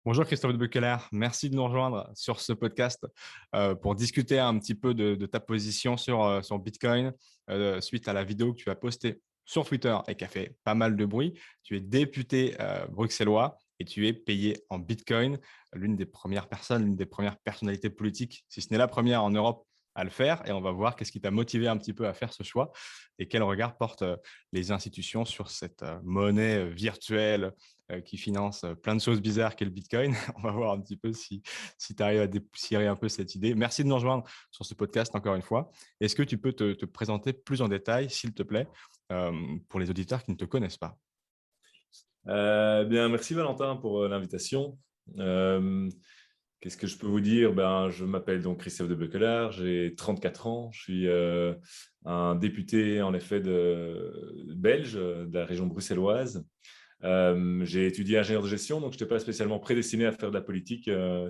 Bonjour Christophe de Buckeler, merci de nous rejoindre sur ce podcast pour discuter un petit peu de ta position sur Bitcoin suite à la vidéo que tu as postée sur Twitter et qui a fait pas mal de bruit. Tu es député bruxellois et tu es payé en Bitcoin, l'une des premières personnes, l'une des premières personnalités politiques, si ce n'est la première en Europe à le faire. Et on va voir qu'est-ce qui t'a motivé un petit peu à faire ce choix et quel regard portent les institutions sur cette monnaie virtuelle qui finance plein de choses bizarres qu'est le Bitcoin. On va voir un petit peu si tu arrives à dépoussiérer un peu cette idée. Merci de nous rejoindre sur ce podcast encore une fois. Est-ce que tu peux te présenter plus en détail, s'il te plaît, pour les auditeurs qui ne te connaissent pas? Bien, merci Valentin pour l'invitation. Euh, Qu'est-ce que je peux vous dire? Je m'appelle donc Christophe de Beukelard, j'ai 34 ans, je suis un député en effet belge de la région bruxelloise. J'ai étudié ingénieur de gestion, donc je n'étais pas spécialement prédestiné à faire de la politique.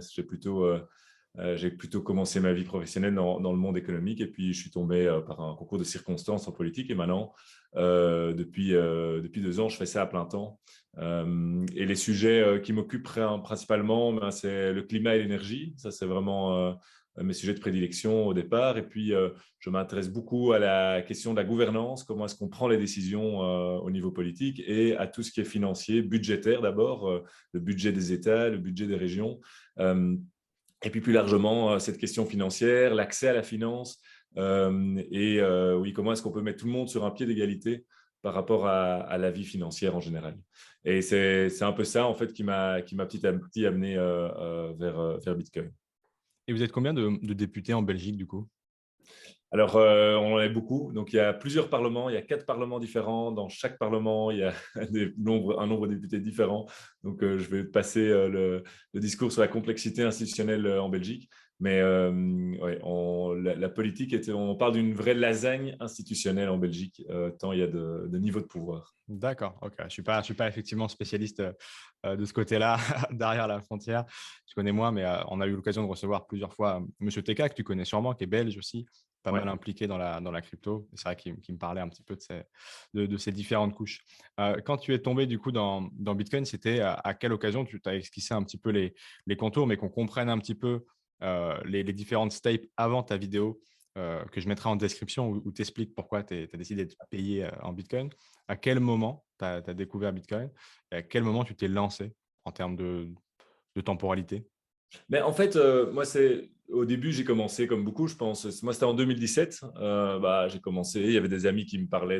J'ai plutôt commencé ma vie professionnelle dans le monde économique et puis je suis tombé par un concours de circonstances en politique et maintenant, depuis 2 ans, je fais ça à plein temps. Et les sujets qui m'occupent principalement, c'est le climat et l'énergie. Ça, c'est vraiment mes sujets de prédilection au départ. Et puis, je m'intéresse beaucoup à la question de la gouvernance, comment est-ce qu'on prend les décisions au niveau politique et à tout ce qui est financier, budgétaire d'abord, le budget des États, le budget des régions. Et puis plus largement, cette question financière, l'accès à la finance oui, comment est-ce qu'on peut mettre tout le monde sur un pied d'égalité par rapport à la vie financière en général. Et c'est un peu ça en fait qui m'a petit à petit amené vers Bitcoin. Et vous êtes combien de députés en Belgique, du coup? Alors, on en est beaucoup. Donc, il y a plusieurs parlements. Il y a 4 parlements différents. Dans chaque parlement, il y a un nombre de députés différents. Donc, je vais passer le discours sur la complexité institutionnelle en Belgique. Mais ouais, la politique, on parle d'une vraie lasagne institutionnelle en Belgique, tant il y a de niveaux de pouvoir. D'accord, ok. Je suis pas effectivement spécialiste de ce côté-là, derrière la frontière. Je connais moins, mais on a eu l'occasion de recevoir plusieurs fois Monsieur TK, que tu connais sûrement, qui est belge aussi, pas Ouais. mal impliqué dans la crypto. C'est vrai qu'il me parlait un petit peu de ces différentes couches. Quand tu es tombé du coup dans Bitcoin, c'était à quelle occasion? Tu t'as esquissé un petit peu les contours, mais qu'on comprenne un petit peu les différentes steps avant ta vidéo que je mettrai en description où tu expliques pourquoi tu as décidé de payer en Bitcoin. À quel moment tu as découvert Bitcoin et à quel moment tu t'es lancé en termes de temporalité? Mais en fait, moi, au début, j'ai commencé comme beaucoup, je pense. Moi, c'était en 2017. J'ai commencé, il y avait des amis qui me parlaient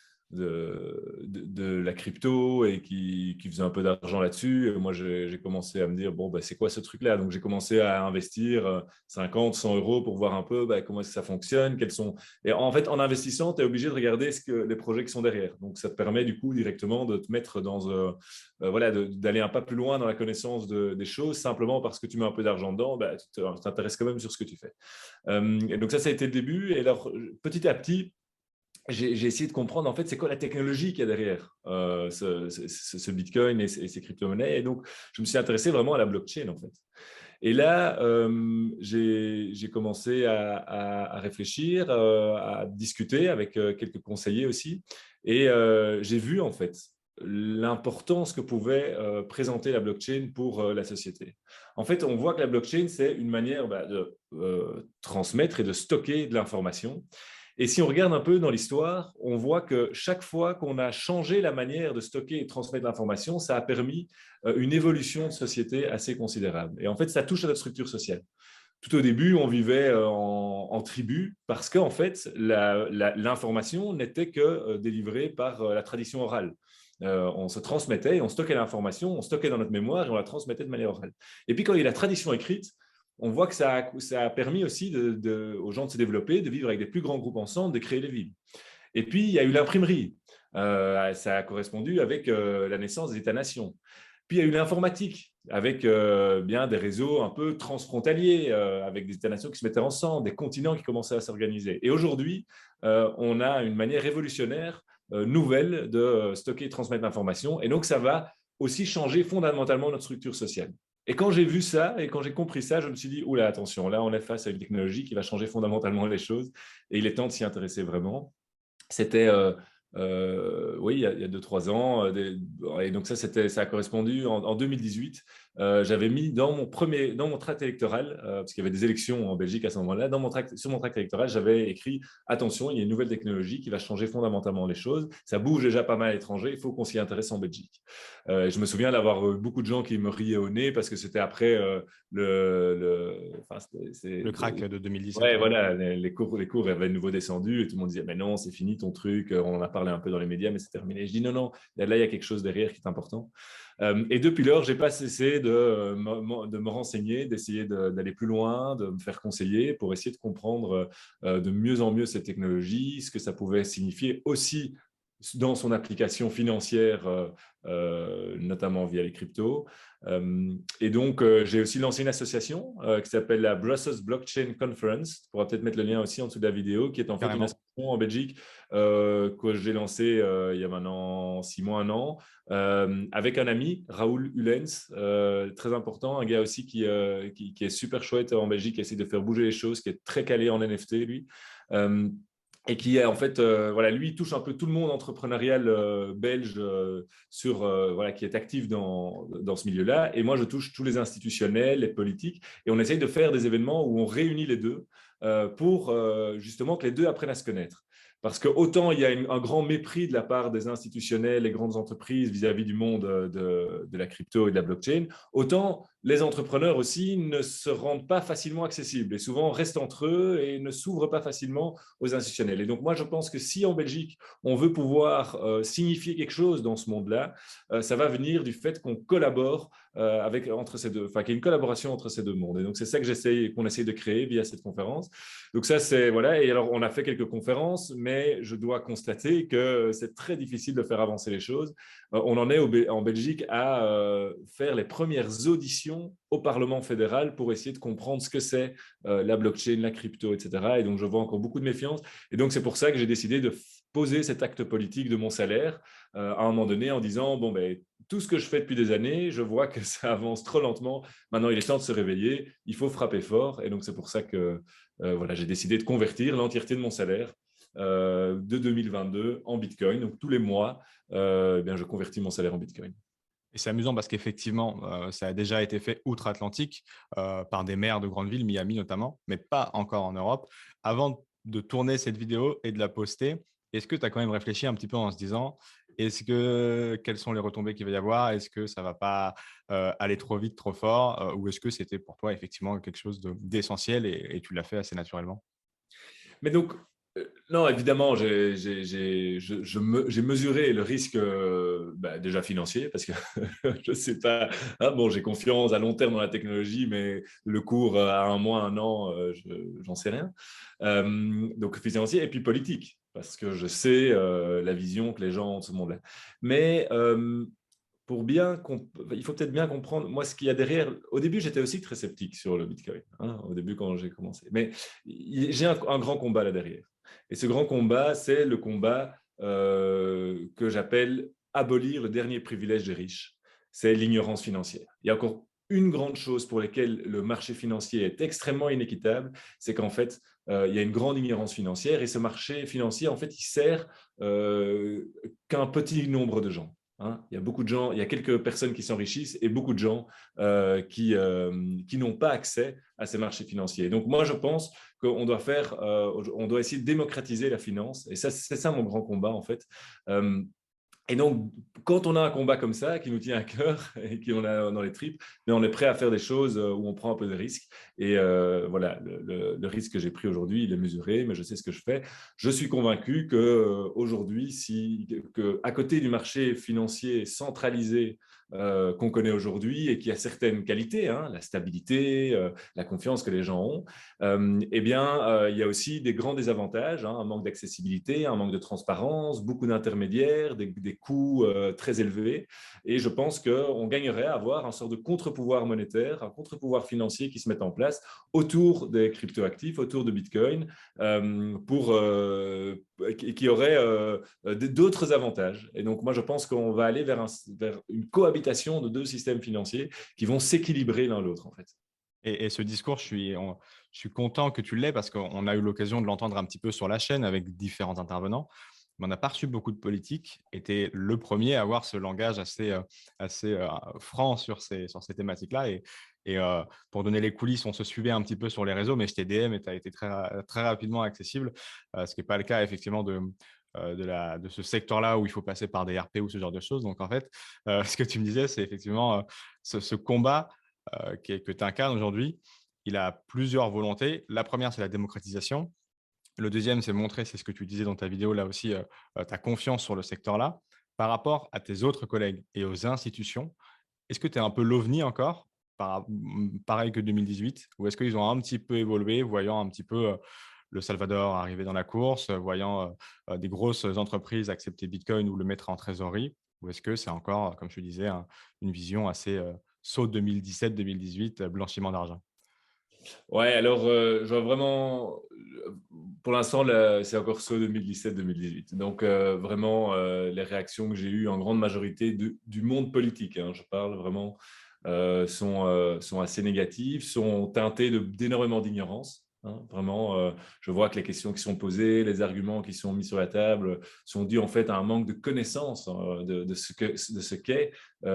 de la crypto et qui faisaient un peu d'argent là-dessus. Et moi, j'ai commencé à me dire, bon, c'est quoi ce truc-là? Donc, j'ai commencé à investir 50, 100 euros pour voir un peu comment est-ce que ça fonctionne, quels sont… Et en fait, en investissant, tu es obligé de regarder les projets qui sont derrière. Donc, ça te permet du coup directement de te mettre voilà, d'aller un pas plus loin dans la connaissance des choses, simplement parce que tu mets un peu d'argent dedans, tu t'intéresses quand même sur ce que tu fais. Et donc ça a été le début. Et alors, petit à petit, j'ai essayé de comprendre en fait c'est quoi la technologie qu'il y a derrière ce Bitcoin et ces crypto-monnaies. Et donc, je me suis intéressé vraiment à la blockchain en fait. Et là, j'ai commencé à réfléchir, à discuter avec quelques conseillers aussi. Et j'ai vu en fait l'importance que pouvait présenter la blockchain pour la société. En fait, on voit que la blockchain, c'est une manière de transmettre et de stocker de l'information. Et si on regarde un peu dans l'histoire, on voit que chaque fois qu'on a changé la manière de stocker et de transmettre l'information, ça a permis une évolution de société assez considérable. Et en fait, ça touche à notre structure sociale. Tout au début, on vivait en tribu parce qu'en fait, l'information n'était que délivrée par la tradition orale. On se transmettait et on stockait l'information, on stockait dans notre mémoire et on la transmettait de manière orale. Et puis, quand il y a la tradition écrite, on voit que ça a permis aussi aux gens de se développer, de vivre avec des plus grands groupes ensemble, de créer des villes. Et puis, il y a eu l'imprimerie. Ça a correspondu avec la naissance des États-nations. Puis, il y a eu l'informatique, avec bien des réseaux un peu transfrontaliers, avec des États-nations qui se mettaient ensemble, des continents qui commençaient à s'organiser. Et aujourd'hui, on a une manière révolutionnaire, nouvelle, de stocker et transmettre l'information. Et donc, ça va aussi changer fondamentalement notre structure sociale. Et quand j'ai vu ça et quand j'ai compris ça, je me suis dit, oula, attention, là, on est face à une technologie qui va changer fondamentalement les choses et il est temps de s'y intéresser vraiment. C'était Oui, il y a 2-3 ans. Et donc ça a correspondu en 2018. J'avais mis dans mon tract électoral, parce qu'il y avait des élections en Belgique à ce moment-là, sur mon tract électoral, j'avais écrit: attention, il y a une nouvelle technologie qui va changer fondamentalement les choses. Ça bouge déjà pas mal à l'étranger, il faut qu'on s'y intéresse en Belgique. Je me souviens d'avoir beaucoup de gens qui me riaient au nez parce que c'était après enfin, Le crack de 2017, ouais, ouais. voilà, les cours avaient de nouveau descendu et tout le monde disait: mais non, c'est fini ton truc. On en a parlé un peu dans les médias, mais c'est terminé. Je dis: non, non, là, il y a quelque chose derrière qui est important. Et depuis lors, je n'ai pas cessé de me renseigner, d'essayer d'aller plus loin, de me faire conseiller pour essayer de comprendre de mieux en mieux cette technologie, ce que ça pouvait signifier aussi dans son application financière, notamment via les cryptos. Et donc, j'ai aussi lancé une association qui s'appelle la Brussels Blockchain Conference. Tu pourras peut-être mettre le lien aussi en dessous de la vidéo, qui est en fait une Carrément. association en Belgique que j'ai lancée il y a maintenant 6 mois, un an, avec un ami, Raoul Hulens, très important, un gars aussi qui est super chouette en Belgique, qui essaie de faire bouger les choses, qui est très calé en NFT, lui. Et qui est en fait, voilà, lui, il touche un peu tout le monde entrepreneurial belge voilà, qui est actif dans ce milieu-là. Et moi, je touche tous les institutionnels, les politiques. Et on essaye de faire des événements où on réunit les deux pour justement que les deux apprennent à se connaître. Parce que autant il y a un grand mépris de la part des institutionnels et grandes entreprises vis-à-vis du monde de la crypto et de la blockchain, autant les entrepreneurs aussi ne se rendent pas facilement accessibles et souvent restent entre eux et ne s'ouvrent pas facilement aux institutionnels. Et donc moi, je pense que si en Belgique, on veut pouvoir signifier quelque chose dans ce monde-là, ça va venir du fait qu'on collabore entre ces deux, enfin qu'il y ait une collaboration entre ces deux mondes. Et donc c'est ça qu'on essaye de créer via cette conférence. Donc ça, c'est voilà. Et alors on a fait quelques conférences, mais je dois constater que c'est très difficile de faire avancer les choses. On en est en Belgique à faire les premières auditions au Parlement fédéral pour essayer de comprendre ce que c'est la blockchain, la crypto, etc. Et donc je vois encore beaucoup de méfiance. Et donc c'est pour ça que j'ai décidé de poser cet acte politique de mon salaire à un moment donné en disant: bon, ben, tout ce que je fais depuis des années, je vois que ça avance trop lentement. Maintenant, il est temps de se réveiller. Il faut frapper fort. Et donc, c'est pour ça que voilà, j'ai décidé de convertir l'entièreté de mon salaire de 2022 en Bitcoin. Donc, tous les mois, eh bien, je convertis mon salaire en Bitcoin. Et c'est amusant parce qu'effectivement, ça a déjà été fait outre-Atlantique par des maires de grandes villes, Miami notamment, mais pas encore en Europe. Avant de tourner cette vidéo et de la poster, est-ce que tu as quand même réfléchi un petit peu en se disant, quelles sont les retombées qu'il va y avoir? Est-ce que ça ne va pas aller trop vite, trop fort? Ou est-ce que c'était pour toi effectivement quelque chose d'essentiel et tu l'as fait assez naturellement? Mais donc, non, évidemment, j'ai mesuré le risque déjà financier parce que je ne sais pas. Hein, bon, j'ai confiance à long terme dans la technologie, mais le cours à un mois, un an, j'en sais rien. Donc financier et puis politique parce que je sais la vision que les gens ont de ce monde-là. Mais il faut peut-être bien comprendre, moi, ce qu'il y a derrière. Au début, j'étais aussi très sceptique sur le Bitcoin, hein, au début, quand j'ai commencé. Mais j'ai un grand combat là derrière. Et ce grand combat, c'est le combat que j'appelle abolir le dernier privilège des riches. C'est l'ignorance financière. Il y a encore une grande chose pour laquelle le marché financier est extrêmement inéquitable, c'est qu'en fait, il y a une grande ignorance financière et ce marché financier, en fait, il sert qu'un petit nombre de gens. Hein, il y a beaucoup de gens, il y a quelques personnes qui s'enrichissent et beaucoup de gens qui n'ont pas accès à ces marchés financiers. Donc moi, je pense qu'on on doit essayer de démocratiser la finance. Et ça, c'est ça mon grand combat, en fait. Et donc, quand on a un combat comme ça, qui nous tient à cœur et qui on a dans les tripes, mais on est prêt à faire des choses où on prend un peu de risque. Et voilà, le risque que j'ai pris aujourd'hui, il est mesuré, mais je sais ce que je fais. Je suis convaincu qu'aujourd'hui, à côté du marché financier centralisé qu'on connaît aujourd'hui et qui a certaines qualités, hein, la stabilité, la confiance que les gens ont, eh bien, il y a aussi des grands désavantages, hein, un manque d'accessibilité, un manque de transparence, beaucoup d'intermédiaires, des coûts très élevés. Et je pense qu'on gagnerait à avoir un sort de contre-pouvoir monétaire, un contre-pouvoir financier qui se mette en place autour des cryptoactifs, autour de Bitcoin, qui aurait d'autres avantages. Et donc, moi, je pense qu'on va aller vers une cohabitation de deux systèmes financiers qui vont s'équilibrer l'un l'autre, en fait. Et ce discours, je suis content que tu l'aies parce qu'on a eu l'occasion de l'entendre un petit peu sur la chaîne avec différents intervenants. mais on n'a pas reçu beaucoup de politiques, et tu es le premier à avoir ce langage assez franc sur ces thématiques-là. Et pour donner les coulisses, on se suivait un petit peu sur les réseaux, mais je t'ai DM et tu as été très rapidement accessible, ce qui n'est pas le cas effectivement de ce secteur-là où il faut passer par des RP ou ce genre de choses. Donc en fait, ce que tu me disais, c'est effectivement ce combat que tu incarnes aujourd'hui. Il a plusieurs volontés. La première, c'est la démocratisation. Le deuxième, c'est montrer, c'est ce que tu disais dans ta vidéo là aussi, ta confiance sur le secteur-là. Par rapport à tes autres collègues et aux institutions, est-ce que tu es un peu l'ovni encore, pareil que 2018, ou est-ce qu'ils ont un petit peu évolué, voyant un petit peu le Salvador arriver dans la course, voyant des grosses entreprises accepter Bitcoin ou le mettre en trésorerie, ou est-ce que c'est encore, comme je te disais, une vision assez saut 2017-2018, blanchiment d'argent? Ouais, alors je vois vraiment, pour l'instant, c'est encore ce 2017-2018. Donc vraiment, les réactions que j'ai eues en grande majorité du monde politique, hein, je parle vraiment, sont assez négatives, sont teintées d'énormément d'ignorance. Hein, vraiment, je vois que les questions qui sont posées, les arguments qui sont mis sur la table sont dus en fait à un manque de connaissance hein, de ce qu'est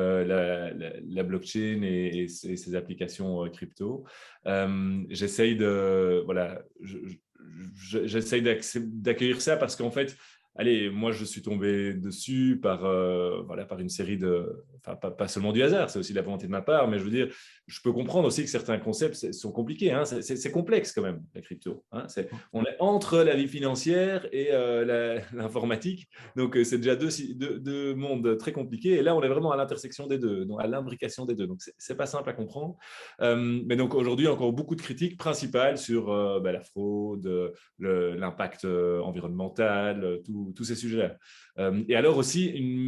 la blockchain et ses applications crypto. J'essaye de, voilà, j'essaye d'accueillir ça parce qu'en fait, allez, moi, je suis tombé dessus voilà, par une série enfin, pas seulement du hasard, c'est aussi de la volonté de ma part, mais je veux dire, je peux comprendre aussi que certains concepts sont compliqués. Hein, c'est complexe quand même, la crypto. Hein, on est entre la vie financière et l'informatique, donc c'est déjà deux mondes très compliqués. Et là, on est vraiment à l'intersection des deux, donc à l'imbrication des deux. Donc, c'est pas simple à comprendre. Mais donc aujourd'hui, encore beaucoup de critiques principales sur la fraude, l'impact environnemental, tous ces sujets-là. Et alors aussi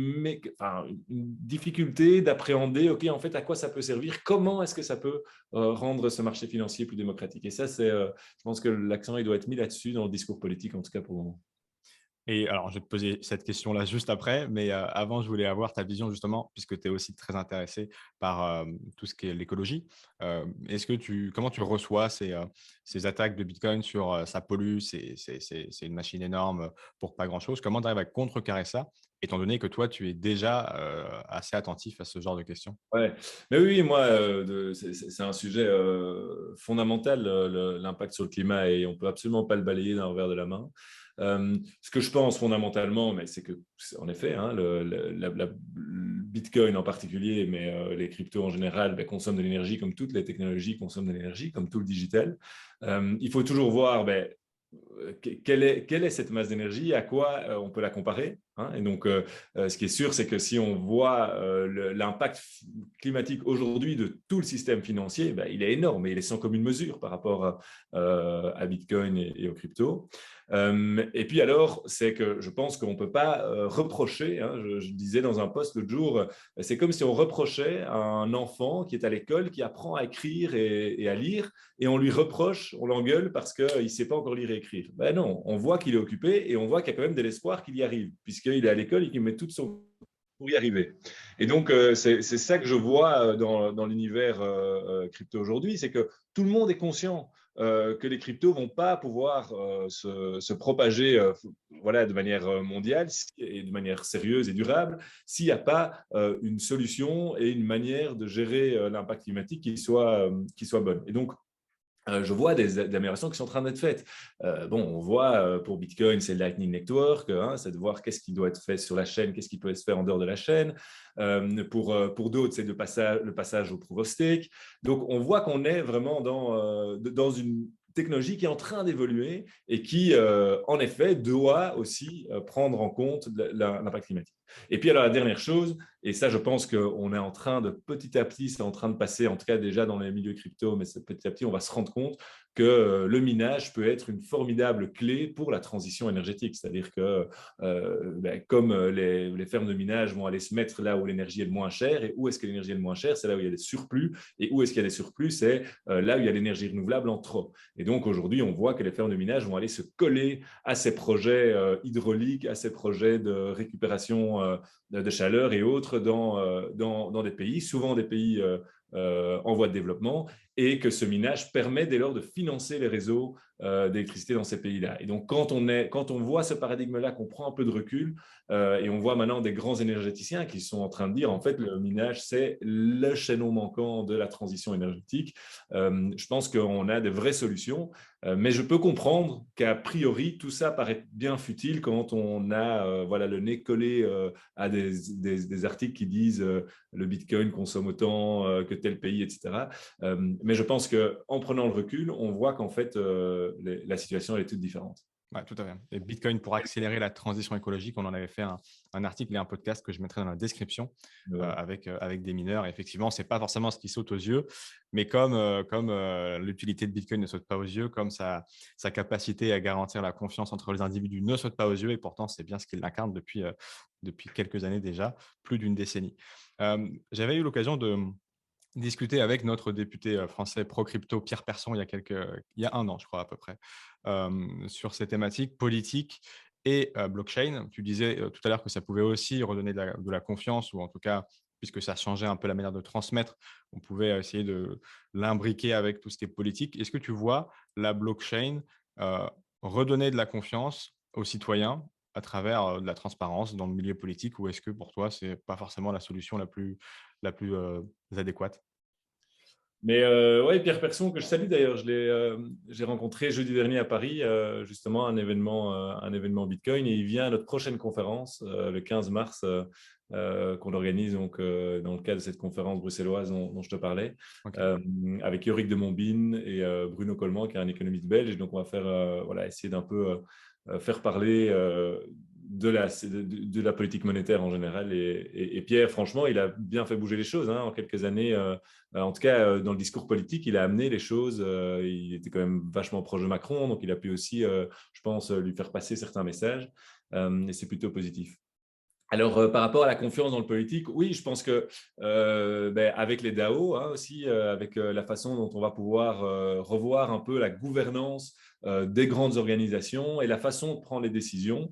une difficulté d'appréhender, OK, en fait, à quoi ça peut servir, comment est-ce que ça peut rendre ce marché financier plus démocratique. Et ça, je pense que l'accent il doit être mis là-dessus dans le discours politique, en tout cas pour le moment. Et alors, je vais te poser cette question-là juste après, mais avant, je voulais avoir ta vision justement, puisque tu es aussi très intéressé par tout ce qui est l'écologie. Comment tu reçois ces attaques de Bitcoin sur ça pollue, c'est une machine énorme pour pas grand-chose? Comment tu arrives à contrecarrer ça, étant donné que toi, tu es déjà assez attentif à ce genre de questions? Ouais, mais oui, moi, c'est un sujet fondamental, l'impact sur le climat, et on ne peut absolument pas le balayer d'un revers de la main. Ce que je pense fondamentalement, mais c'est que, en effet, hein, le Bitcoin en particulier, mais les cryptos en général, ben, consomment de l'énergie comme toutes les technologies consomment de l'énergie, comme tout le digital. Il faut toujours voir quelle est cette masse d'énergie, à quoi on peut la comparer. Hein, et donc, ce qui est sûr, c'est que si on voit l'impact climatique aujourd'hui de tout le système financier, ben, il est énorme et il est sans commune mesure par rapport à Bitcoin et aux cryptos. Et puis alors, c'est que je pense qu'on ne peut pas reprocher, hein, je disais dans un post l'autre jour, c'est comme si on reprochait à un enfant qui est à l'école, qui apprend à écrire et à lire, et on lui reproche, on l'engueule parce qu'il ne sait pas encore lire et écrire. Ben non, on voit qu'il est occupé et on voit qu'il y a quand même de l'espoir qu'il y arrive, puisqu'il est à l'école et qu'il met tout son pour y arriver. Et donc, c'est ça que je vois dans l'univers crypto aujourd'hui, c'est que tout le monde est conscient que les cryptos ne vont pas pouvoir se propager voilà, de manière mondiale et de manière sérieuse et durable s'il n'y a pas une solution et une manière de gérer l'impact climatique qui soit bonne. Et donc, je vois des améliorations qui sont en train d'être faites. On voit pour Bitcoin, c'est le Lightning Network, hein, c'est de voir qu'est-ce qui doit être fait sur la chaîne, qu'est-ce qui peut être fait en dehors de la chaîne. Pour d'autres, c'est le passage au Proof of Stake. Donc, on voit qu'on est vraiment dans une technologie qui est en train d'évoluer et qui, en effet, doit aussi prendre en compte l'impact climatique. Et puis, alors, la dernière chose, et ça, je pense qu'on est en train de, petit à petit, c'est en train de passer, en tout cas déjà dans les milieux crypto, mais petit à petit, on va se rendre compte que le minage peut être une formidable clé pour la transition énergétique. C'est-à-dire que comme les fermes de minage vont aller se mettre là où l'énergie est le moins chère, et où est-ce que l'énergie est le moins chère? C'est là où il y a des surplus, et où est-ce qu'il y a des surplus? C'est là où il y a l'énergie renouvelable en trop. Et donc aujourd'hui, on voit que les fermes de minage vont aller se coller à ces projets hydrauliques, à ces projets de récupération de chaleur et autres dans des pays, souvent des pays en voie de développement, et que ce minage permet dès lors de financer les réseaux d'électricité dans ces pays-là. Et donc, quand on voit ce paradigme-là, qu'on prend un peu de recul, et on voit maintenant des grands énergéticiens qui sont en train de dire, en fait, le minage, c'est le chaînon manquant de la transition énergétique. Je pense qu'on a des vraies solutions, mais je peux comprendre qu'à priori, tout ça paraît bien futile quand on a le nez collé à des articles qui disent le Bitcoin consomme autant que tel pays, etc. Mais je pense qu'en prenant le recul, on voit qu'en fait, la situation elle est toute différente. Ouais, tout à fait. Et Bitcoin pour accélérer la transition écologique, on en avait fait un article et un podcast que je mettrai dans la description Voilà. avec des mineurs. Et effectivement, ce n'est pas forcément ce qui saute aux yeux, mais comme l'utilité de Bitcoin ne saute pas aux yeux, comme sa capacité à garantir la confiance entre les individus ne saute pas aux yeux, et pourtant, c'est bien ce qu'il incarne depuis quelques années déjà, plus d'une décennie. J'avais eu l'occasion de discuter avec notre député français pro-crypto, Pierre Persson, il y a un an, je crois, à peu près, sur ces thématiques politiques et blockchain. Tu disais tout à l'heure que ça pouvait aussi redonner de la confiance, ou en tout cas, puisque ça changeait un peu la manière de transmettre, on pouvait essayer de l'imbriquer avec tout ce qui est politique. Est-ce que tu vois la blockchain euh, redonner de la confiance aux citoyens à travers de la transparence dans le milieu politique, ou est-ce que pour toi, ce n'est pas forcément la solution la plus adéquate? Mais ouais, Pierre Persson, que je salue d'ailleurs, j'ai rencontré jeudi dernier à Paris, justement, un événement Bitcoin, et il vient à notre prochaine conférence, le 15 mars, qu'on organise donc, dans le cadre de cette conférence bruxelloise dont je te parlais, Ok. avec Yorick de Montbine et Bruno Coleman, qui est un économiste belge. Et donc, on va faire, essayer d'un peu faire parler de la politique monétaire en général. Et Pierre, franchement, il a bien fait bouger les choses en quelques années. En tout cas, dans le discours politique, il a amené les choses. Il était quand même vachement proche de Macron, donc il a pu aussi, je pense, lui faire passer certains messages. Et c'est plutôt positif. Alors, par rapport à la confiance dans le politique, oui, je pense que avec les DAO aussi, avec la façon dont on va pouvoir revoir un peu la gouvernance des grandes organisations et la façon de prendre les décisions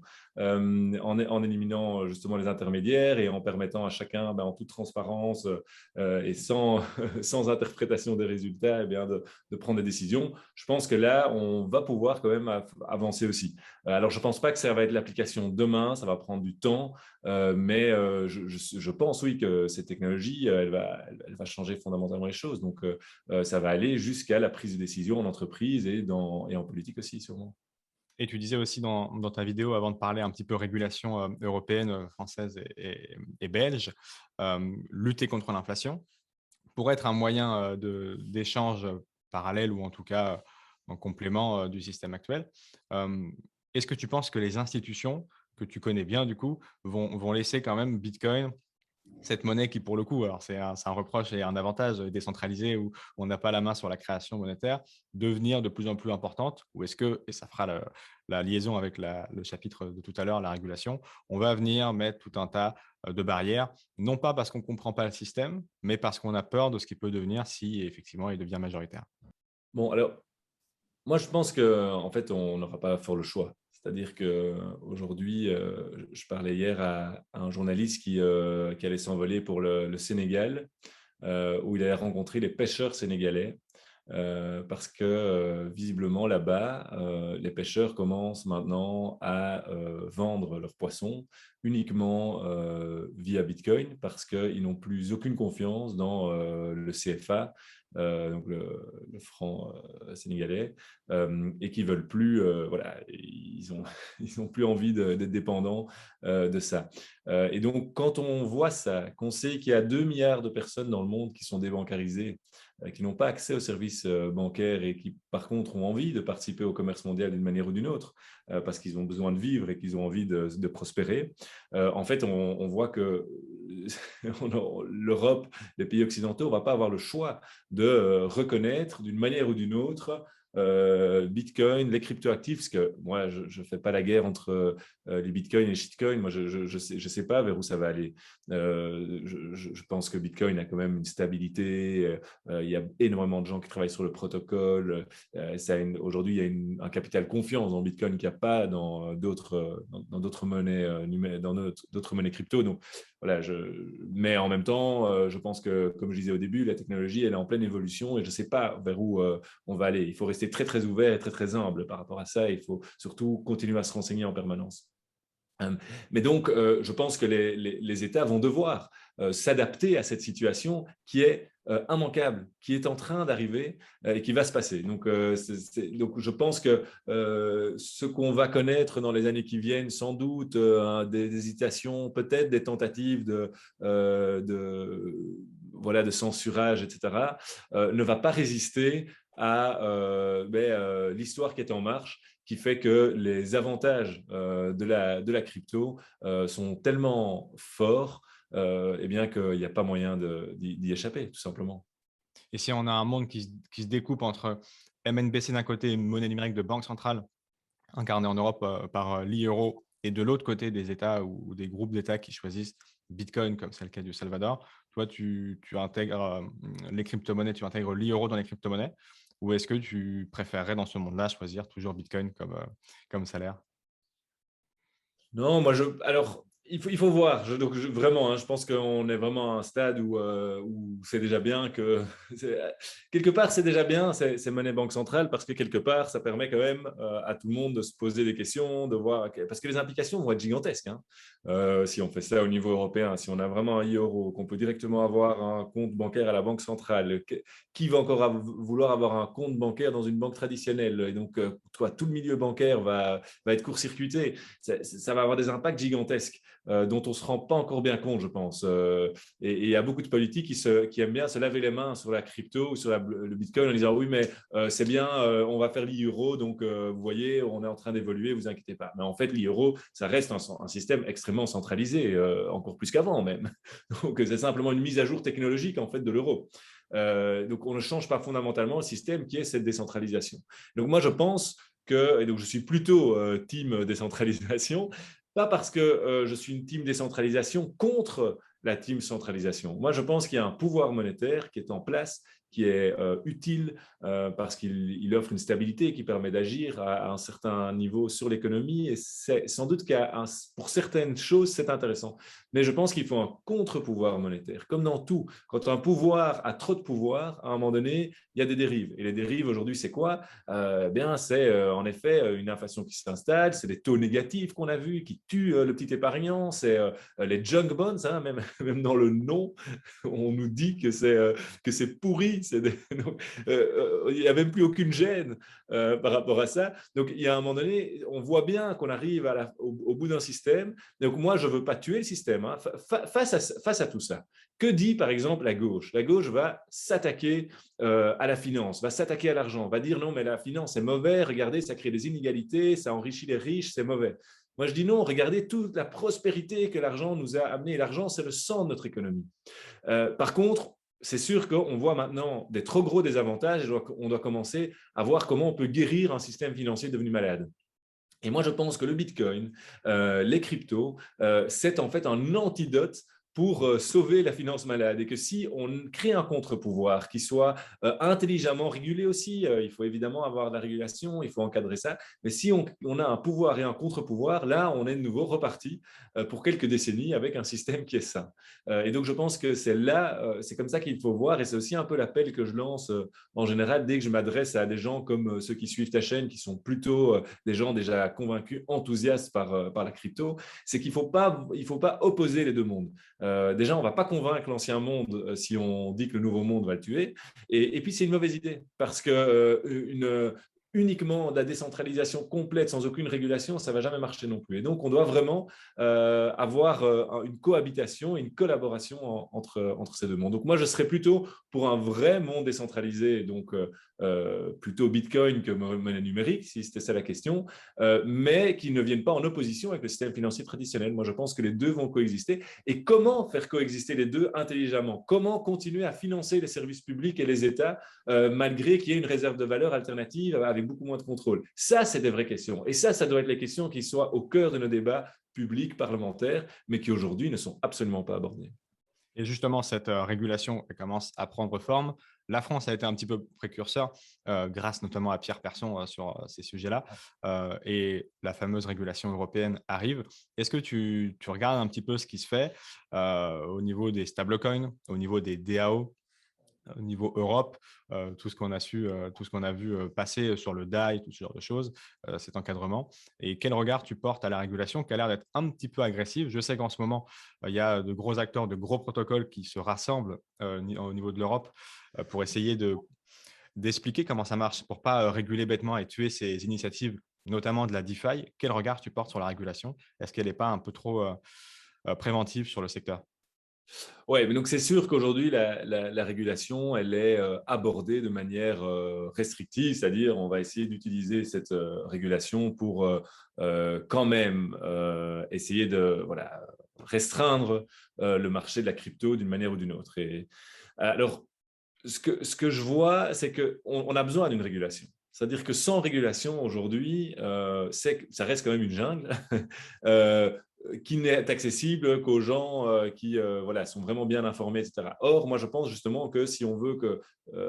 en éliminant justement les intermédiaires et en permettant à chacun, en toute transparence et sans, sans interprétation des résultats, de prendre des décisions. Je pense que là, on va pouvoir quand même avancer aussi. Alors, je ne pense pas que ça va être l'application demain, ça va prendre du temps. Mais je pense, oui, que cette technologie, elle va changer fondamentalement les choses. Donc, ça va aller jusqu'à la prise de décision en entreprise et en politique aussi, sûrement. Et tu disais aussi dans ta vidéo, avant de parler un petit peu régulation européenne, française et belge, lutter contre l'inflation pourrait être un moyen d'échange parallèle, ou en tout cas en complément du système actuel. Euh, Est-ce que tu penses que les institutions que tu connais bien, du coup, vont laisser quand même Bitcoin, cette monnaie qui, pour le coup, alors c'est un reproche et un avantage décentralisé, où on n'a pas la main sur la création monétaire, devenir de plus en plus importante? Ou est-ce que, et ça fera la liaison avec le chapitre de tout à l'heure, la régulation, on va venir mettre tout un tas de barrières, non pas parce qu'on ne comprend pas le système, mais parce qu'on a peur de ce qu'il peut devenir si effectivement il devient majoritaire? Bon, alors, moi, je pense qu'en fait, on n'aura pas fort le choix. C'est-à-dire qu'aujourd'hui, je parlais hier à un journaliste qui allait s'envoler pour le Sénégal, où il allait rencontrer les pêcheurs sénégalais. Parce que visiblement là-bas, les pêcheurs commencent maintenant à vendre leurs poissons uniquement via Bitcoin, parce qu'ils n'ont plus aucune confiance dans le CFA, donc le franc sénégalais, et qui veulent plus, voilà, ils ont plus envie d'être dépendants de ça. Et donc, quand on voit ça, qu'on sait qu'il y a 2 milliards de personnes dans le monde qui sont débancarisées, qui n'ont pas accès aux services bancaires et qui, par contre, ont envie de participer au commerce mondial d'une manière ou d'une autre, parce qu'ils ont besoin de vivre et qu'ils ont envie de prospérer. En fait, on voit que l'Europe, les pays occidentaux, on ne va pas avoir le choix de reconnaître d'une manière ou d'une autre Bitcoin, les cryptoactifs, parce que moi, je ne fais pas la guerre entre les Bitcoins et les shitcoins. Moi, je sais pas vers où ça va aller. Je pense que Bitcoin a quand même une stabilité. Il y a énormément de gens qui travaillent sur le protocole. Aujourd'hui, il y a un capital confiance dans Bitcoin qu'il n'y a pas dans d'autres monnaies, d'autres monnaies crypto. Donc, voilà, mais en même temps, je pense que, comme je disais au début, la technologie, elle est en pleine évolution et je ne sais pas vers où on va aller. Il faut rester très, très ouvert et très, très humble par rapport à ça. Il faut surtout continuer à se renseigner en permanence. Mais donc, je pense que les États vont devoir s'adapter à cette situation qui est immanquable, qui est en train d'arriver et qui va se passer. Donc, donc je pense que ce qu'on va connaître dans les années qui viennent, sans doute des hésitations, peut-être des tentatives voilà, de censurage, etc., ne va pas résister à l'histoire qui est en marche, qui fait que les avantages de la crypto sont tellement forts eh bien qu'il n'y a pas moyen d'y échapper, tout simplement. Et si on a un monde qui se découpe entre MNBC d'un côté, une monnaie numérique de banque centrale incarnée en Europe par l'e-euro, et de l'autre côté des États ou des groupes d'États qui choisissent Bitcoin, comme c'est le cas du Salvador, toi, tu intègres les crypto-monnaies, tu intègres l'e-euro dans les crypto-monnaies, ou est-ce que tu préférerais dans ce monde-là choisir toujours Bitcoin comme salaire? Non, alors, il faut voir. Vraiment, hein, je pense qu'on est vraiment à un stade où c'est déjà bien que. Quelque part, c'est déjà bien, c'est monnaie banque centrale, parce que quelque part, ça permet quand même à tout le monde de se poser des questions, de voir. Parce que les implications vont être gigantesques. Hein. Si on fait ça au niveau européen, si on a vraiment un euro, qu'on peut directement avoir un compte bancaire à la banque centrale, qui va encore vouloir avoir un compte bancaire dans une banque traditionnelle? Et donc, tout le milieu bancaire va être court-circuité. Ça va avoir des impacts gigantesques dont on ne se rend pas encore bien compte, je pense. Et il y a beaucoup de politiques qui aiment bien se laver les mains sur la crypto ou sur le Bitcoin en disant oui, mais c'est bien, on va faire l'e-euro, donc vous voyez, on est en train d'évoluer, vous inquiétez pas. Mais en fait, l'e-euro, ça reste un système extrêmement centralisé, encore plus qu'avant même. Donc, c'est simplement une mise à jour technologique en fait de l'euro. Donc, on ne change pas fondamentalement le système qui est cette décentralisation. Donc, moi, je pense et donc je suis plutôt team décentralisation, pas parce que je suis une team décentralisation contre la team centralisation. Moi, je pense qu'il y a un pouvoir monétaire qui est en place, qui est utile parce qu'il offre une stabilité qui permet d'agir à un certain niveau sur l'économie. Et c'est sans doute pour certaines choses, c'est intéressant. Mais je pense qu'il faut un contre-pouvoir monétaire. Comme dans tout, quand un pouvoir a trop de pouvoir, à un moment donné, il y a des dérives. Et les dérives aujourd'hui, c'est quoi? Bien, c'est en effet une inflation qui s'installe, c'est des taux négatifs qu'on a vus qui tuent le petit épargnant, c'est les junk bonds, hein, même dans le nom, on nous dit que c'est pourri. Donc, il n'y a même plus aucune gêne par rapport à ça. Donc, il y a un moment donné, on voit bien qu'on arrive au bout d'un système. Donc, moi, je ne veux pas tuer le système hein, face à tout ça. Que dit, par exemple, la gauche? La gauche va s'attaquer à la finance, va s'attaquer à l'argent, va dire non, mais la finance est mauvais, regardez, ça crée des inégalités, ça enrichit les riches, c'est mauvais. Moi, je dis non, regardez toute la prospérité que l'argent nous a amené. L'argent, c'est le sang de notre économie. Par contre, c'est sûr qu'on voit maintenant des trop gros désavantages et on doit commencer à voir comment on peut guérir un système financier devenu malade. Et moi, je pense que le Bitcoin, les cryptos, c'est en fait un antidote pour sauver la finance malade et que si on crée un contre-pouvoir qui soit intelligemment régulé aussi, il faut évidemment avoir de la régulation, il faut encadrer ça, mais si on a un pouvoir et un contre-pouvoir, là, on est de nouveau reparti pour quelques décennies avec un système qui est sain. Et donc, je pense que c'est comme ça qu'il faut voir et c'est aussi un peu l'appel que je lance en général dès que je m'adresse à des gens comme ceux qui suivent ta chaîne, qui sont plutôt des gens déjà convaincus, enthousiastes par la crypto, c'est qu'il ne faut pas opposer les deux mondes. Déjà, on ne va pas convaincre l'ancien monde si on dit que le nouveau monde va le tuer. Et puis, c'est une mauvaise idée parce que uniquement de la décentralisation complète sans aucune régulation, ça ne va jamais marcher non plus. Et donc, on doit vraiment avoir une cohabitation et une collaboration entre ces deux mondes. Donc, moi, je serais plutôt pour un vrai monde décentralisé, donc plutôt Bitcoin que monnaie numérique, si c'était ça la question, mais qui ne viennent pas en opposition avec le système financier traditionnel. Moi, je pense que les deux vont coexister. Et comment faire coexister les deux intelligemment? Comment continuer à financer les services publics et les États malgré qu'il y ait une réserve de valeur alternative avec beaucoup moins de contrôle? Ça, c'est des vraies questions. Et ça doit être les questions qui soient au cœur de nos débats publics, parlementaires, mais qui aujourd'hui ne sont absolument pas abordées. Et justement, cette régulation elle commence à prendre forme. La France a été un petit peu précurseur, grâce notamment à Pierre Persson sur ces sujets-là. Et la fameuse régulation européenne arrive. Est-ce que tu regardes un petit peu ce qui se fait au niveau des stablecoins, au niveau des DAO, au niveau Europe, tout ce qu'on a su, tout ce qu'on a vu passer sur le DAI, tout ce genre de choses, cet encadrement. Et quel regard tu portes à la régulation qui a l'air d'être un petit peu agressive? Je sais qu'en ce moment, il y a de gros acteurs, de gros protocoles qui se rassemblent au niveau de l'Europe pour essayer d'expliquer comment ça marche, pour pas réguler bêtement et tuer ces initiatives, notamment de la DeFi. Quel regard tu portes sur la régulation? Est-ce qu'elle n'est pas un peu trop préventive sur le secteur? Ouais, mais donc c'est sûr qu'aujourd'hui, la régulation, elle est abordée de manière restrictive, c'est-à-dire on va essayer d'utiliser cette régulation pour quand même essayer de voilà, restreindre le marché de la crypto d'une manière ou d'une autre. Et, alors, ce que je vois, c'est qu'on a besoin d'une régulation. C'est-à-dire que sans régulation aujourd'hui, ça reste quand même une jungle. euh, qui n'est accessible qu'aux gens qui voilà, sont vraiment bien informés, etc. Or, moi, je pense justement que si on veut que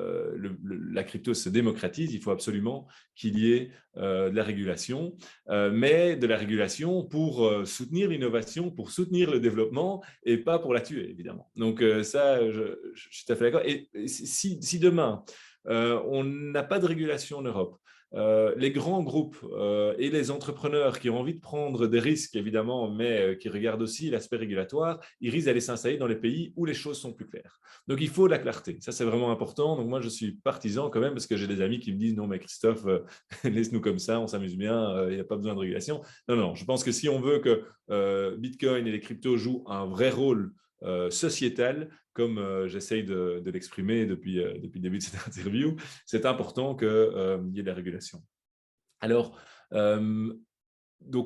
la crypto se démocratise, il faut absolument qu'il y ait de la régulation, mais de la régulation pour soutenir l'innovation, pour soutenir le développement et pas pour la tuer, évidemment. Donc, ça, je suis tout à fait d'accord. Et si demain, on n'a pas de régulation en Europe, les grands groupes et les entrepreneurs qui ont envie de prendre des risques, évidemment, mais qui regardent aussi l'aspect régulatoire, ils risquent d'aller s'installer dans les pays où les choses sont plus claires. Donc, il faut de la clarté. Ça, c'est vraiment important. Donc, moi, je suis partisan quand même parce que j'ai des amis qui me disent non, mais Christophe, laisse-nous comme ça, on s'amuse bien, il n'y a pas besoin de régulation. Non, non, je pense que si on veut que Bitcoin et les cryptos jouent un vrai rôle sociétal, comme j'essaye de l'exprimer depuis le début de cette interview, c'est important qu'il y ait de la régulation. Alors, euh, donc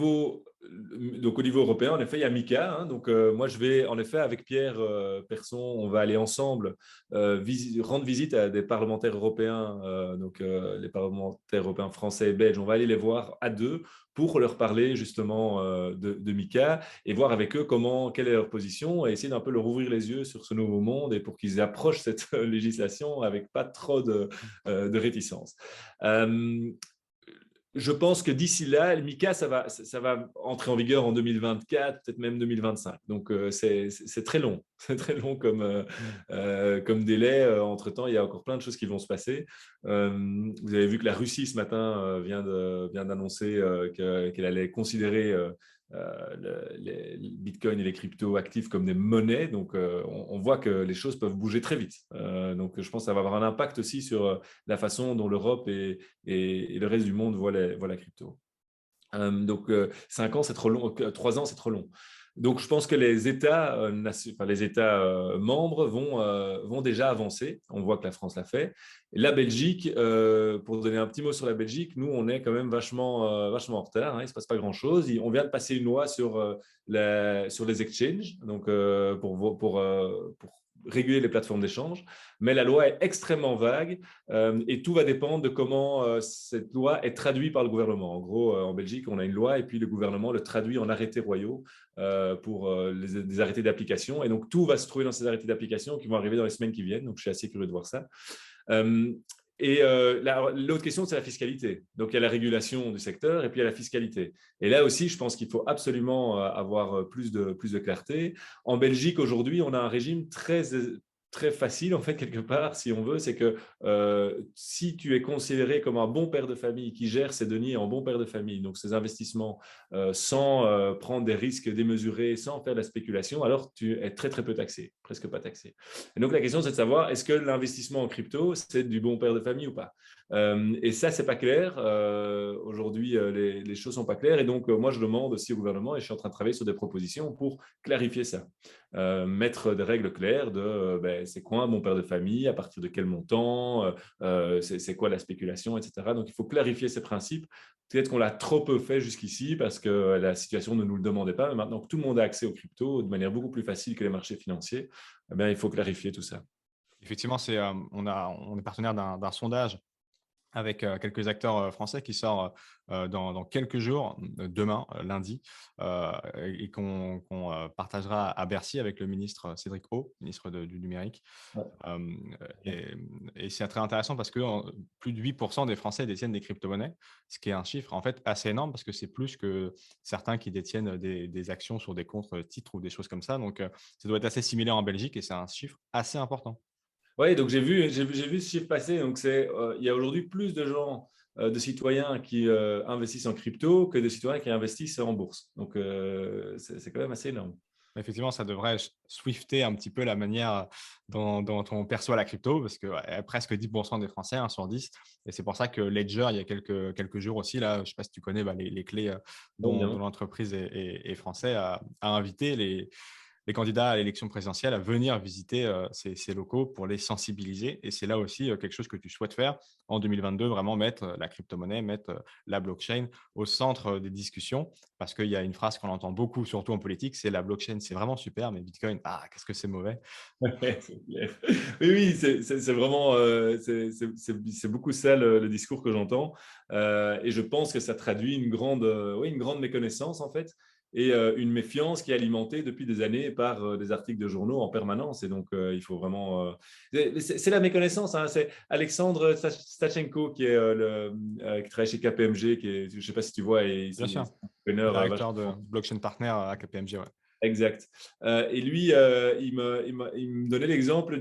au niveau européen, en effet, il y a Mika. Hein, donc, moi, je vais, en effet, avec Pierre Persson, on va aller ensemble rendre visite à des parlementaires européens, les parlementaires européens français et belges. On va aller les voir à deux pour leur parler justement de Mika et voir avec eux quelle est leur position et essayer d'un peu leur ouvrir les yeux sur ce nouveau monde et pour qu'ils approchent cette législation avec pas trop de réticence. Euh, je pense que d'ici là, le MiCA, ça va entrer en vigueur en 2024, peut-être même 2025. Donc, c'est très long. C'est très long comme délai. Entre-temps, il y a encore plein de choses qui vont se passer. Vous avez vu que la Russie, ce matin, vient d'annoncer qu'elle allait considérer les bitcoins et les cryptos actifs comme des monnaies. Donc, on voit que les choses peuvent bouger très vite. Donc, je pense que ça va avoir un impact aussi sur la façon dont l'Europe et le reste du monde voit la crypto. Donc, 5 ans, c'est trop long. 3 ans, c'est trop long. Donc, je pense que les États, membres vont déjà avancer. On voit que la France l'a fait. Et la Belgique, pour donner un petit mot sur la Belgique, nous, on est quand même vachement en retard. Hein, il ne se passe pas grand-chose. On vient de passer une loi sur les exchanges, donc pour réguler les plateformes d'échange. Mais la loi est extrêmement vague et tout va dépendre de comment cette loi est traduite par le gouvernement. En gros, en Belgique, on a une loi et puis le gouvernement le traduit en arrêtés royaux pour des arrêtés d'application. Et donc, tout va se trouver dans ces arrêtés d'application qui vont arriver dans les semaines qui viennent. Donc, je suis assez curieux de voir ça. L'autre question, c'est la fiscalité. Donc, il y a la régulation du secteur et puis il y a la fiscalité. Et là aussi, je pense qu'il faut absolument avoir plus de clarté. En Belgique, aujourd'hui, on a un régime très facile, en fait, quelque part, si on veut, c'est que si tu es considéré comme un bon père de famille qui gère ses deniers en bon père de famille, donc ses investissements sans prendre des risques démesurés, sans faire de la spéculation, alors tu es très, très peu taxé, presque pas taxé. Et donc, la question, c'est de savoir, est-ce que l'investissement en crypto, c'est du bon père de famille ou pas? Et ça, c'est pas clair. Aujourd'hui, les choses sont pas claires. Et donc, moi, je demande aussi au gouvernement, et je suis en train de travailler sur des propositions pour clarifier ça. Mettre des règles claires de c'est quoi un bon père de famille, à partir de quel montant, c'est quoi la spéculation, etc. Donc, il faut clarifier ces principes. Peut-être qu'on l'a trop peu fait jusqu'ici parce que la situation ne nous le demandait pas. Mais maintenant que tout le monde a accès aux cryptos de manière beaucoup plus facile que les marchés financiers, il faut clarifier tout ça. Effectivement, on est partenaire d'un sondage avec quelques acteurs français qui sort dans quelques jours, demain, lundi, et qu'on partagera à Bercy avec le ministre Cédric O, ministre du numérique. Et, et c'est très intéressant parce que plus de 8% des Français détiennent des crypto-monnaies, ce qui est un chiffre en fait assez énorme parce que c'est plus que certains qui détiennent des actions sur des comptes titres ou des choses comme ça. Donc, ça doit être assez similaire en Belgique et c'est un chiffre assez important. Oui, donc j'ai vu ce chiffre passer. Donc il y a aujourd'hui plus de gens, de citoyens qui investissent en crypto que de citoyens qui investissent en bourse. Donc c'est quand même assez énorme. Effectivement, ça devrait swifter un petit peu la manière dont on perçoit la crypto, parce que presque 10% des Français, 1 sur 10. Et c'est pour ça que Ledger, il y a quelques jours aussi, là, je ne sais pas si tu connais les clés Bon, dont bien. l'entreprise est français, a invité les candidats à l'élection présidentielle à venir visiter ces locaux pour les sensibiliser. Et c'est là aussi quelque chose que tu souhaites faire en 2022, vraiment mettre la crypto-monnaie, mettre la blockchain au centre des discussions, parce qu'il y a une phrase qu'on entend beaucoup, surtout en politique, c'est la blockchain, c'est vraiment super, mais Bitcoin, qu'est-ce que c'est mauvais. Ouais, c'est clair. Oui, oui, c'est vraiment, c'est beaucoup ça le discours que j'entends. Et je pense que ça traduit oui, une grande méconnaissance, en fait, et une méfiance qui est alimentée depuis des années par des articles de journaux en permanence. Et donc, il faut vraiment. C'est la méconnaissance. Hein. C'est Alexandre Stachenko qui travaille chez KPMG, je ne sais pas si tu vois, et Bien c'est sûr, un entrepreneur directeur de vachement. blockchain partner à KPMG. Ouais. Exact. Et lui, il me donnait l'exemple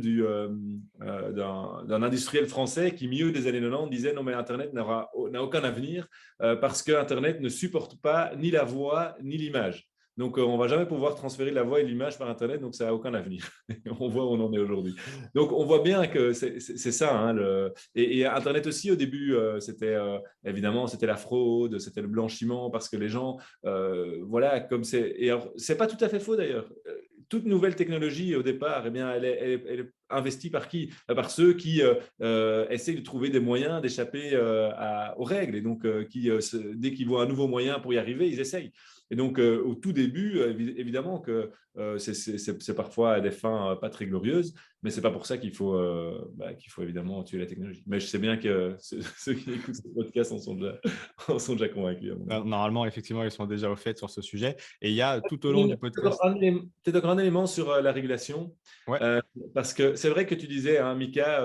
d'un industriel français qui, milieu des années 90, disait non, mais Internet n'a aucun avenir parce que Internet ne supporte pas ni la voix ni l'image. Donc, on ne va jamais pouvoir transférer la voix et l'image par Internet, donc ça n'a aucun avenir. On voit où on en est aujourd'hui. Donc, on voit bien que c'est ça. Hein, et Internet aussi, au début, évidemment, c'était la fraude, c'était le blanchiment, parce que les gens voilà, comme c'est. Et c'est pas tout à fait faux d'ailleurs. Toute nouvelle technologie, au départ, eh bien, elle est investie par qui? Par ceux qui essayent de trouver des moyens d'échapper aux règles. Et donc, dès qu'ils voient un nouveau moyen pour y arriver, ils essayent. Et donc, au tout début, évidemment que c'est parfois à des fins pas très glorieuses, mais c'est pas pour ça qu'il faut évidemment tuer la technologie. Mais je sais bien que ceux qui écoutent ce podcast en sont déjà convaincus. Normalement, effectivement, ils sont déjà au fait sur ce sujet. Et il y a tout au long du podcast. Peut-être encore un élément sur la régulation, Ouais. euh, parce que c'est vrai que tu disais, hein, Mika,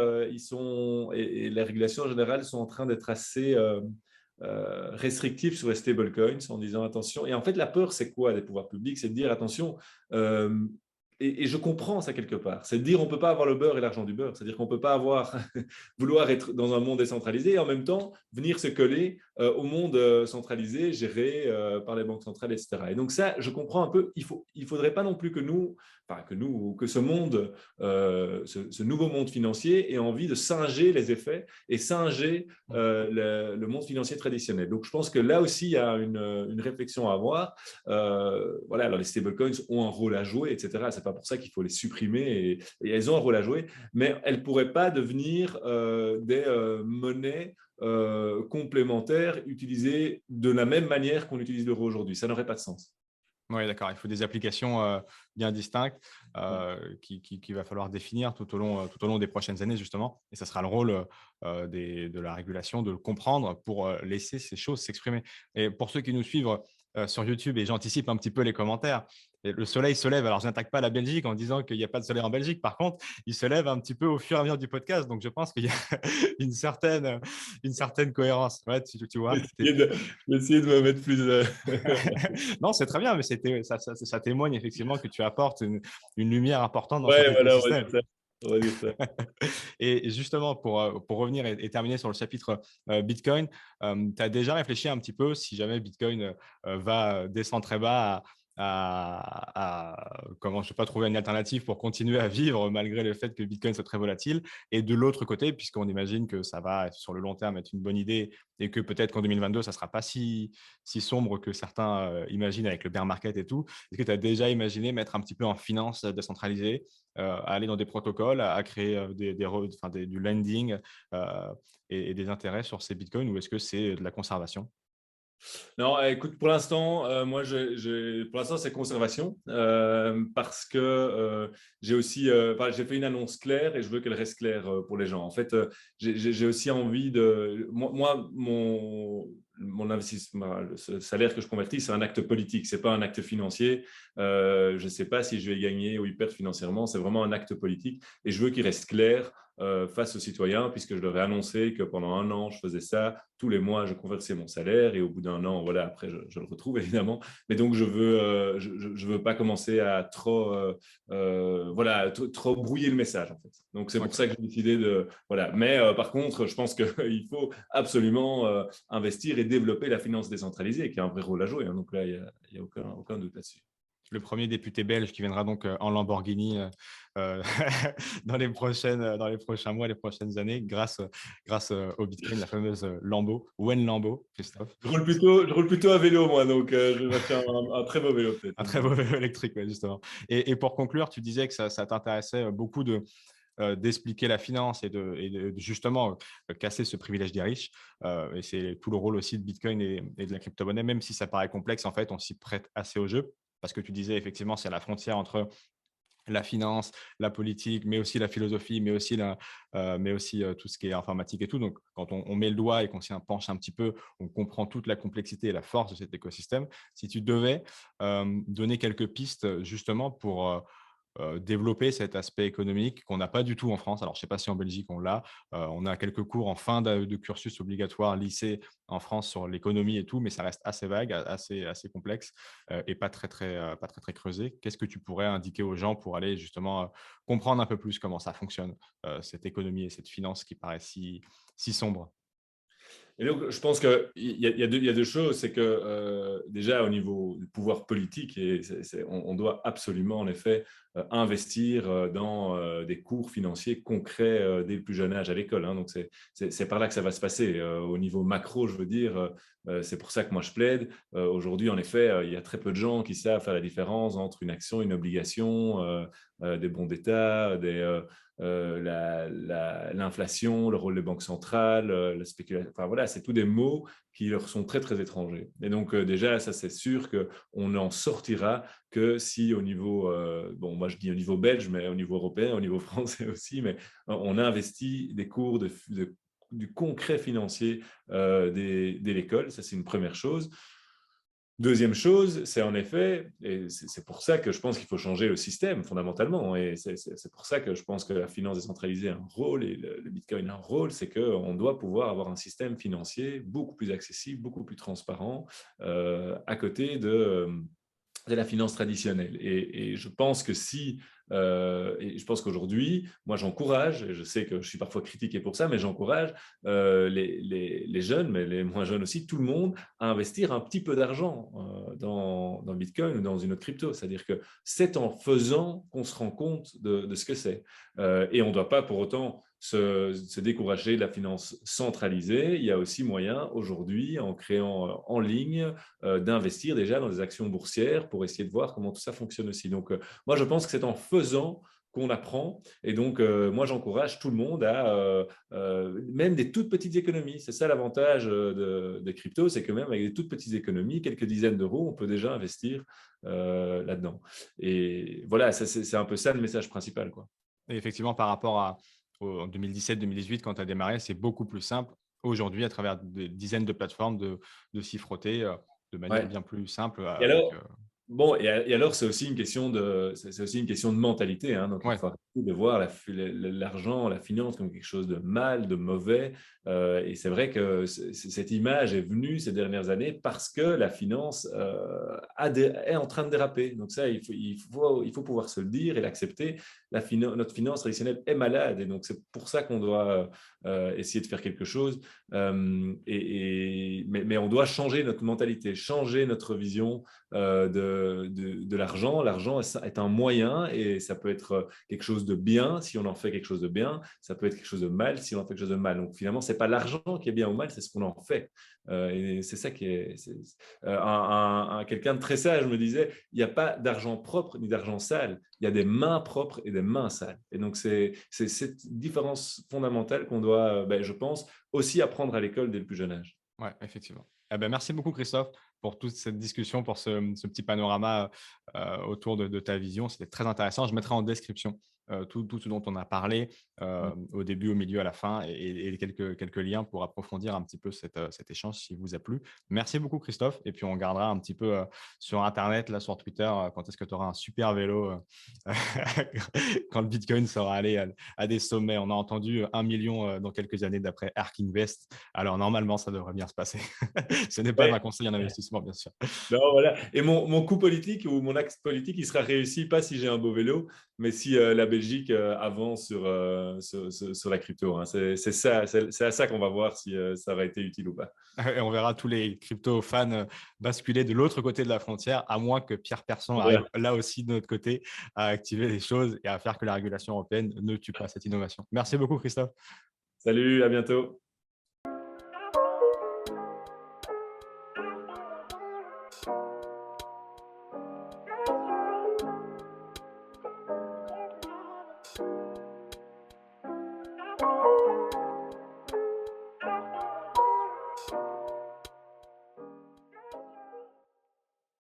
et les régulations en général sont en train d'être assez restrictives sur les stablecoins en disant attention. Et en fait, la peur, c'est quoi des pouvoirs publics? C'est de dire attention. euh, et je comprends ça quelque part. C'est de dire on ne peut pas avoir le beurre et l'argent du beurre. C'est-à-dire qu'on ne peut pas vouloir être dans un monde décentralisé et en même temps venir se coller au monde centralisé, géré par les banques centrales, etc. Et donc ça, je comprends un peu. Il faudrait pas non plus que ce monde, ce nouveau monde financier ait envie de singer les effets et singer le monde financier traditionnel. Donc je pense que là aussi, il y a une réflexion à avoir. Voilà, alors les stablecoins ont un rôle à jouer, etc. C'est pas pour ça qu'il faut les supprimer et elles ont un rôle à jouer, mais elles ne pourraient pas devenir des monnaies complémentaires utilisées de la même manière qu'on utilise l'euro aujourd'hui. Ça n'aurait pas de sens. Oui, d'accord. Il faut des applications bien distinctes qu'il va falloir définir tout au long des prochaines années, justement. Et ça sera le rôle de la régulation de le comprendre pour laisser ces choses s'exprimer. Et pour ceux qui nous suivent sur YouTube, et j'anticipe un petit peu les commentaires, et le soleil se lève. Alors, je n'attaque pas la Belgique en disant qu'il n'y a pas de soleil en Belgique. Par contre, il se lève un petit peu au fur et à mesure du podcast. Donc, je pense qu'il y a une certaine cohérence. Ouais, tu vois. J'ai essayé de me mettre plus. Non, c'est très bien, mais ça témoigne effectivement que tu apportes une lumière importante dans cet Ouais, voilà, écosystème. on va dire ça. Et justement, pour revenir et terminer sur le chapitre Bitcoin, tu as déjà réfléchi un petit peu si jamais Bitcoin va descendre très bas comment je ne sais pas trouver une alternative pour continuer à vivre malgré le fait que Bitcoin soit très volatile. Et de l'autre côté, puisqu'on imagine que ça va sur le long terme être une bonne idée et que peut-être qu'en 2022, ça ne sera pas si sombre que certains imaginent avec le bear market et tout, est-ce que tu as déjà imaginé mettre un petit peu en finance décentralisée, à aller dans des protocoles, à créer du lending et des intérêts sur ces bitcoins, ou est-ce que c'est de la conservation? Non, écoute, pour l'instant, moi, pour l'instant, c'est conservation parce que j'ai aussi, j'ai fait une annonce claire et je veux qu'elle reste claire pour les gens. En fait, j'ai aussi envie de, moi, mon investissement, le salaire que je convertis, c'est un acte politique, c'est pas un acte financier. Je ne sais pas si je vais gagner ou y perdre financièrement, c'est vraiment un acte politique et je veux qu'il reste clair face aux citoyens, puisque je leur ai annoncé que pendant un an, je faisais ça. Tous les mois, je conversais mon salaire et au bout d'un an, voilà, après, je le retrouve évidemment. Mais donc, je veux pas commencer à trop brouiller le message, en fait. Donc, c'est pour ça que j'ai décidé de… Voilà. Mais par contre, je pense qu'il faut absolument investir et développer la finance décentralisée, qui a un vrai rôle à jouer. Hein. Donc là, il n'y a aucun doute là-dessus. Le premier député belge qui viendra donc en Lamborghini dans les prochains mois, les prochaines années, grâce au Bitcoin, la fameuse Lambo, Wen Lambo, Christophe. Je roule plutôt à vélo, moi, donc je vais faire un très beau vélo, peut-être. Un très beau vélo électrique, ouais, justement. Et pour conclure, tu disais que ça t'intéressait beaucoup d'expliquer la finance et de justement casser ce privilège des riches. Et c'est tout le rôle aussi de Bitcoin et de la crypto-monnaie, même si ça paraît complexe, en fait, on s'y prête assez au jeu. Parce que tu disais effectivement, c'est la frontière entre la finance, la politique, mais aussi la philosophie, mais aussi tout ce qui est informatique et tout. Donc, quand on met le doigt et qu'on s'y penche un petit peu, on comprend toute la complexité et la force de cet écosystème. Si tu devais donner quelques pistes justement pour développer cet aspect économique qu'on n'a pas du tout en France. Alors, je ne sais pas si en Belgique on l'a. On a quelques cours en fin de cursus obligatoire lycée en France sur l'économie et tout, mais ça reste assez vague, assez complexe et pas très creusé. Qu'est-ce que tu pourrais indiquer aux gens pour aller justement comprendre un peu plus comment ça fonctionne, cette économie et cette finance qui paraît si sombre? Et donc, je pense qu'il y a deux choses. C'est que déjà, au niveau du pouvoir politique, on doit absolument, en effet, investir dans des cours financiers concrets dès le plus jeune âge à l'école. Hein. Donc, c'est par là que ça va se passer. Au niveau macro, je veux dire, c'est pour ça que moi, je plaide. Aujourd'hui, en effet, il y a très peu de gens qui savent faire la différence entre une action, une obligation, des bons d'État, l'inflation, le rôle des banques centrales, la spéculation. Enfin voilà, c'est tous des mots qui leur sont très très étrangers. Et donc déjà, ça c'est sûr qu'on n'en sortira que si au niveau, bon moi je dis au niveau belge, mais au niveau européen, au niveau français aussi, mais on investit des cours du concret financier dès l'école. Ça c'est une première chose. Deuxième chose, c'est en effet, et c'est pour ça que je pense qu'il faut changer le système fondamentalement, et c'est pour ça que je pense que la finance décentralisée a un rôle et le Bitcoin a un rôle, c'est qu'on doit pouvoir avoir un système financier beaucoup plus accessible, beaucoup plus transparent, à côté de la finance traditionnelle. Et je pense que et je pense qu'aujourd'hui, moi j'encourage, et je sais que je suis parfois critiqué pour ça, mais j'encourage les jeunes, mais les moins jeunes aussi, tout le monde, à investir un petit peu d'argent dans Bitcoin ou dans une autre crypto. C'est-à-dire que c'est en faisant qu'on se rend compte de ce que c'est. Et on ne doit pas pour autant se décourager de la finance centralisée. Il y a aussi moyen aujourd'hui, en créant en ligne, d'investir déjà dans des actions boursières pour essayer de voir comment tout ça fonctionne aussi. Donc, moi, je pense que c'est en faisant qu'on apprend. Et donc, moi, j'encourage tout le monde à même des toutes petites économies. C'est ça l'avantage des cryptos, c'est que même avec des toutes petites économies, quelques dizaines d'euros, on peut déjà investir là-dedans. Et voilà, c'est un peu ça le message principal, quoi. Et effectivement, par rapport en 2017-2018, quand tu as démarré, c'est beaucoup plus simple aujourd'hui, à travers des dizaines de plateformes, de s'y frotter de manière Ouais. bien plus simple. Et alors, bon, et alors c'est aussi une question c'est aussi une question de mentalité. Hein. Donc, il Ouais, faut arrêter de voir l'argent, la finance comme quelque chose de mal, de mauvais. Et c'est vrai que cette image est venue ces dernières années parce que la finance est en train de déraper. Donc ça, il faut pouvoir se le dire et l'accepter. Notre finance traditionnelle est malade. Et donc, c'est pour ça qu'on doit essayer de faire quelque chose. Mais on doit changer notre mentalité, changer notre vision de l'argent. L'argent est un moyen et ça peut être quelque chose de bien si on en fait quelque chose de bien, ça peut être quelque chose de mal si on en fait quelque chose de mal. Donc finalement, ce n'est pas l'argent qui est bien ou mal, c'est ce qu'on en fait. Et c'est ça qui est… quelqu'un de très sage me disait, il n'y a pas d'argent propre ni d'argent sale, il y a des mains propres et des mains sales. Et donc c'est cette différence fondamentale qu'on doit, je pense, aussi apprendre à l'école dès le plus jeune âge. ouais, effectivement. Eh ben, merci beaucoup, Christophe, pour toute cette discussion, pour ce petit panorama autour de ta vision. C'était très intéressant. Je mettrai en description tout ce dont on a parlé au début, au milieu, à la fin et quelques liens pour approfondir un petit peu cet échange si vous a plu. Merci beaucoup, Christophe. Et puis, on regardera un petit peu sur Internet, là, sur Twitter, quand est-ce que tu auras un super vélo quand le Bitcoin sera allé à des sommets. On a entendu 1 million dans quelques années d'après Ark Invest. Alors, normalement, ça devrait bien se passer. Ce n'est pas un Ouais. conseil en investissement, bien sûr. Non, voilà. Et mon coup politique ou mon axe politique, il sera réussi, pas si j'ai un beau vélo, mais si la Belgique avance sur la crypto, hein. C'est ça, c'est à ça qu'on va voir si ça aurait été utile ou pas. Et on verra tous les crypto-fans basculer de l'autre côté de la frontière, à moins que Pierre Persson arrive Voilà. là aussi de notre côté à activer les choses et à faire que la régulation européenne ne tue pas cette innovation. Merci beaucoup, Christophe. Salut, à bientôt.